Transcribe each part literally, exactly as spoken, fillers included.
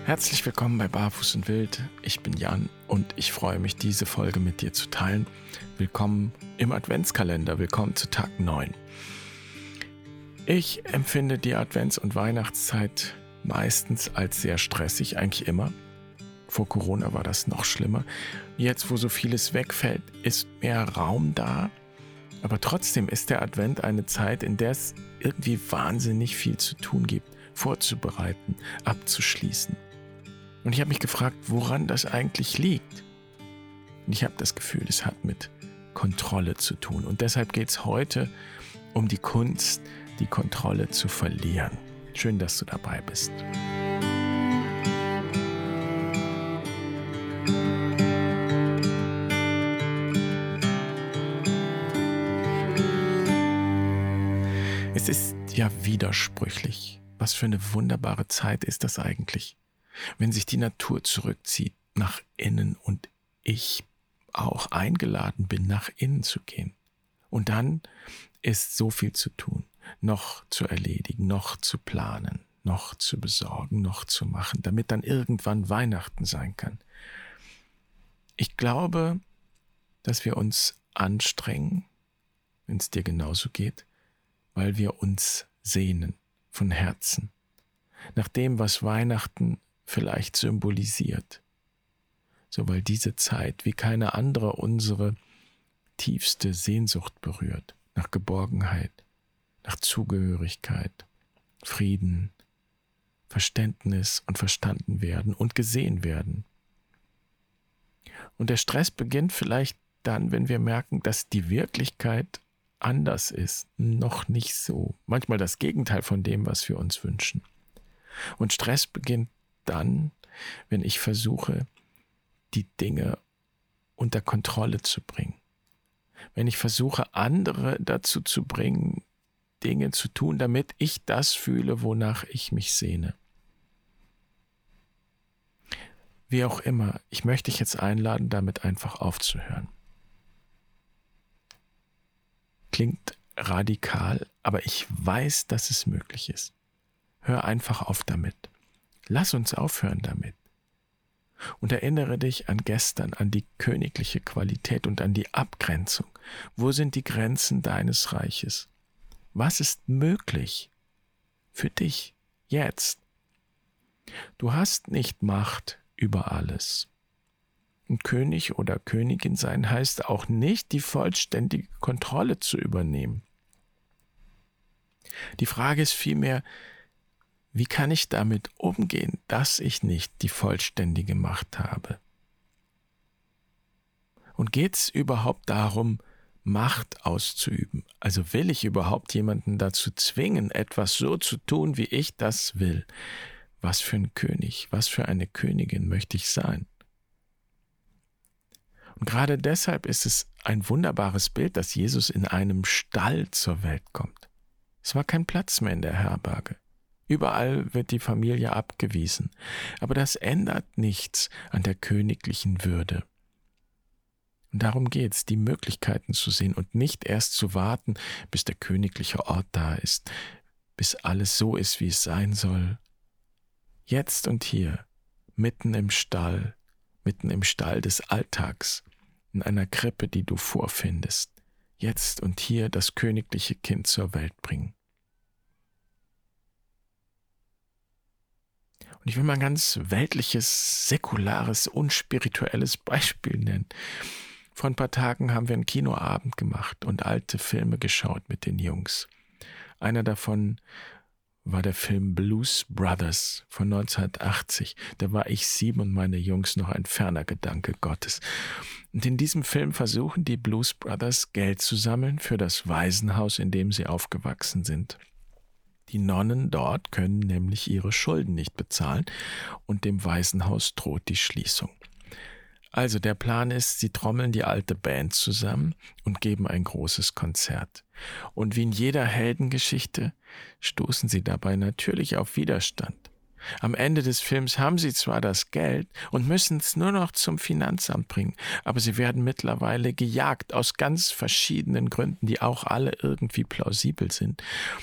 Herzlich willkommen bei Barfuß und Wild. Ich bin Jan und ich freue mich, diese Folge mit dir zu teilen. Willkommen im Adventskalender, willkommen zu Tag neun. Ich empfinde die Advents- und Weihnachtszeit meistens als sehr stressig, eigentlich immer. Vor Corona war das noch schlimmer. Jetzt, wo so vieles wegfällt, ist mehr Raum da. Aber trotzdem ist der Advent eine Zeit, in der es irgendwie wahnsinnig viel zu tun gibt, vorzubereiten, abzuschließen. Und ich habe mich gefragt, woran das eigentlich liegt. Und ich habe das Gefühl, es hat mit Kontrolle zu tun. Und deshalb geht es heute um die Kunst, die Kontrolle zu verlieren. Schön, dass du dabei bist. Es ist ja widersprüchlich. Was für eine wunderbare Zeit ist das eigentlich, wenn sich die Natur zurückzieht nach innen und ich auch eingeladen bin, nach innen zu gehen. Und dann ist so viel zu tun, noch zu erledigen, noch zu planen, noch zu besorgen, noch zu machen, damit dann irgendwann Weihnachten sein kann. Ich glaube, dass wir uns anstrengen, wenn es dir genauso geht, weil wir uns sehnen von Herzen nach dem, was Weihnachten vielleicht symbolisiert. So, weil diese Zeit wie keine andere unsere tiefste Sehnsucht berührt, nach Geborgenheit, nach Zugehörigkeit, Frieden, Verständnis und verstanden werden und gesehen werden. Und der Stress beginnt vielleicht dann, wenn wir merken, dass die Wirklichkeit anders ist, noch nicht so. Manchmal das Gegenteil von dem, was wir uns wünschen. Und Stress beginnt dann, wenn ich versuche, die Dinge unter Kontrolle zu bringen. Wenn ich versuche, andere dazu zu bringen, Dinge zu tun, damit ich das fühle, wonach ich mich sehne. Wie auch immer, ich möchte dich jetzt einladen, damit einfach aufzuhören. Klingt radikal, aber ich weiß, dass es möglich ist. Hör einfach auf damit. Lass uns aufhören damit. Und erinnere dich an gestern, an die königliche Qualität und an die Abgrenzung. Wo sind die Grenzen deines Reiches? Was ist möglich für dich jetzt? Du hast nicht Macht über alles. Und König oder Königin sein heißt auch nicht, die vollständige Kontrolle zu übernehmen. Die Frage ist vielmehr, wie kann ich damit umgehen, dass ich nicht die vollständige Macht habe? Und geht es überhaupt darum, Macht auszuüben? Also will ich überhaupt jemanden dazu zwingen, etwas so zu tun, wie ich das will? Was für ein König, was für eine Königin möchte ich sein? Und gerade deshalb ist es ein wunderbares Bild, dass Jesus in einem Stall zur Welt kommt. Es war kein Platz mehr in der Herberge. Überall wird die Familie abgewiesen. Aber das ändert nichts an der königlichen Würde. Und darum geht's, die Möglichkeiten zu sehen und nicht erst zu warten, bis der königliche Ort da ist, bis alles so ist, wie es sein soll. Jetzt und hier, mitten im Stall, mitten im Stall des Alltags, in einer Krippe, die du vorfindest, jetzt und hier das königliche Kind zur Welt bringen. Und ich will mal ein ganz weltliches, säkulares, unspirituelles Beispiel nennen. Vor ein paar Tagen haben wir einen Kinoabend gemacht und alte Filme geschaut mit den Jungs. Einer davon war der Film Blues Brothers von neunzehnhundertachtzig. Da war ich sieben und meine Jungs noch ein ferner Gedanke Gottes. Und in diesem Film versuchen die Blues Brothers Geld zu sammeln für das Waisenhaus, in dem sie aufgewachsen sind. Die Nonnen dort können nämlich ihre Schulden nicht bezahlen und dem Waisenhaus droht die Schließung. Also der Plan ist, sie trommeln die alte Band zusammen und geben ein großes Konzert. Und wie in jeder Heldengeschichte stoßen sie dabei natürlich auf Widerstand. Am Ende des Films haben sie zwar das Geld und müssen es nur noch zum Finanzamt bringen, aber sie werden mittlerweile gejagt aus ganz verschiedenen Gründen, die auch alle irgendwie plausibel sind.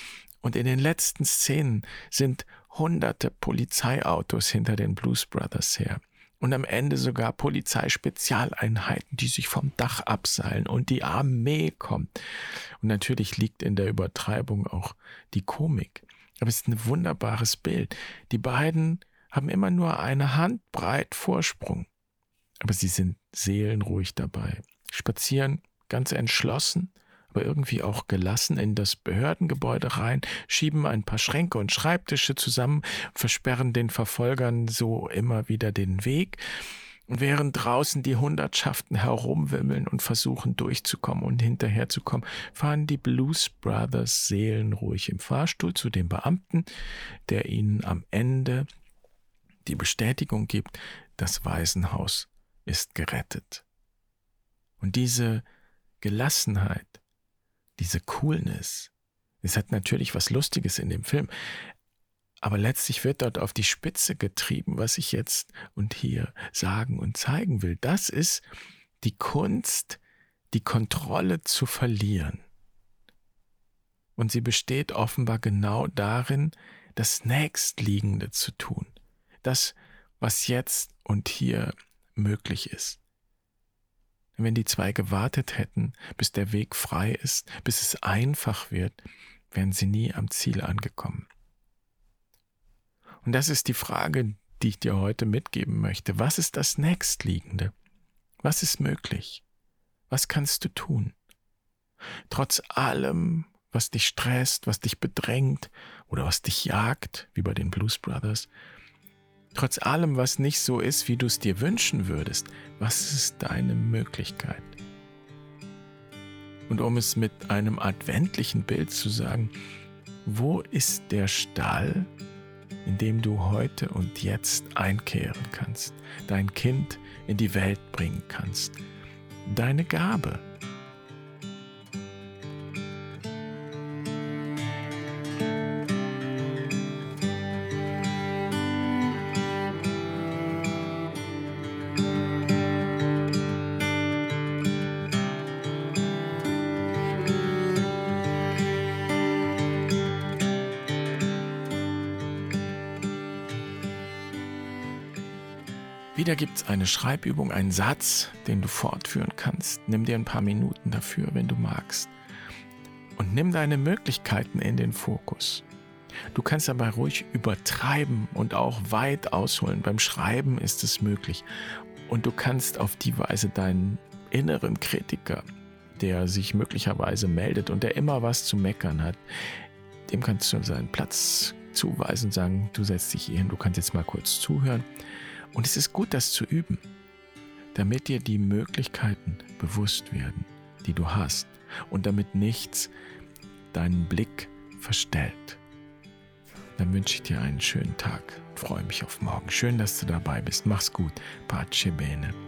Und in den letzten Szenen sind hunderte Polizeiautos hinter den Blues Brothers her. Und am Ende sogar Polizeispezialeinheiten, die sich vom Dach abseilen und die Armee kommt. Und natürlich liegt in der Übertreibung auch die Komik. Aber es ist ein wunderbares Bild. Die beiden haben immer nur eine Handbreit Vorsprung. Aber sie sind seelenruhig dabei. Spazieren ganz entschlossen, aber irgendwie auch gelassen in das Behördengebäude rein, schieben ein paar Schränke und Schreibtische zusammen, versperren den Verfolgern so immer wieder den Weg. Und während draußen die Hundertschaften herumwimmeln und versuchen durchzukommen und hinterherzukommen, fahren die Blues Brothers seelenruhig im Fahrstuhl zu dem Beamten, der ihnen am Ende die Bestätigung gibt, das Waisenhaus ist gerettet. Und diese Gelassenheit, diese Coolness, es hat natürlich was Lustiges in dem Film, aber letztlich wird dort auf die Spitze getrieben, was ich jetzt und hier sagen und zeigen will. Das ist die Kunst, die Kontrolle zu verlieren. Und sie besteht offenbar genau darin, das Nächstliegende zu tun. Das, was jetzt und hier möglich ist. Wenn die zwei gewartet hätten, bis der Weg frei ist, bis es einfach wird, wären sie nie am Ziel angekommen. Und das ist die Frage, die ich dir heute mitgeben möchte. Was ist das Nächstliegende? Was ist möglich? Was kannst du tun? Trotz allem, was dich stresst, was dich bedrängt oder was dich jagt, wie bei den Blues Brothers, trotz allem, was nicht so ist, wie du es dir wünschen würdest, was ist deine Möglichkeit? Und um es mit einem adventlichen Bild zu sagen, wo ist der Stall, in dem du heute und jetzt einkehren kannst, dein Kind in die Welt bringen kannst, deine Gabe? Wieder gibt es eine Schreibübung, einen Satz, den du fortführen kannst. Nimm dir ein paar Minuten dafür, wenn du magst. Und nimm deine Möglichkeiten in den Fokus. Du kannst dabei ruhig übertreiben und auch weit ausholen. Beim Schreiben ist es möglich. Und du kannst auf die Weise deinen inneren Kritiker, der sich möglicherweise meldet und der immer was zu meckern hat, dem kannst du seinen Platz zuweisen und sagen, du setzt dich hier hin, du kannst jetzt mal kurz zuhören. Und es ist gut, das zu üben, damit dir die Möglichkeiten bewusst werden, die du hast und damit nichts deinen Blick verstellt. Dann wünsche ich dir einen schönen Tag. Freue mich auf morgen. Schön, dass du dabei bist. Mach's gut. Pace bene.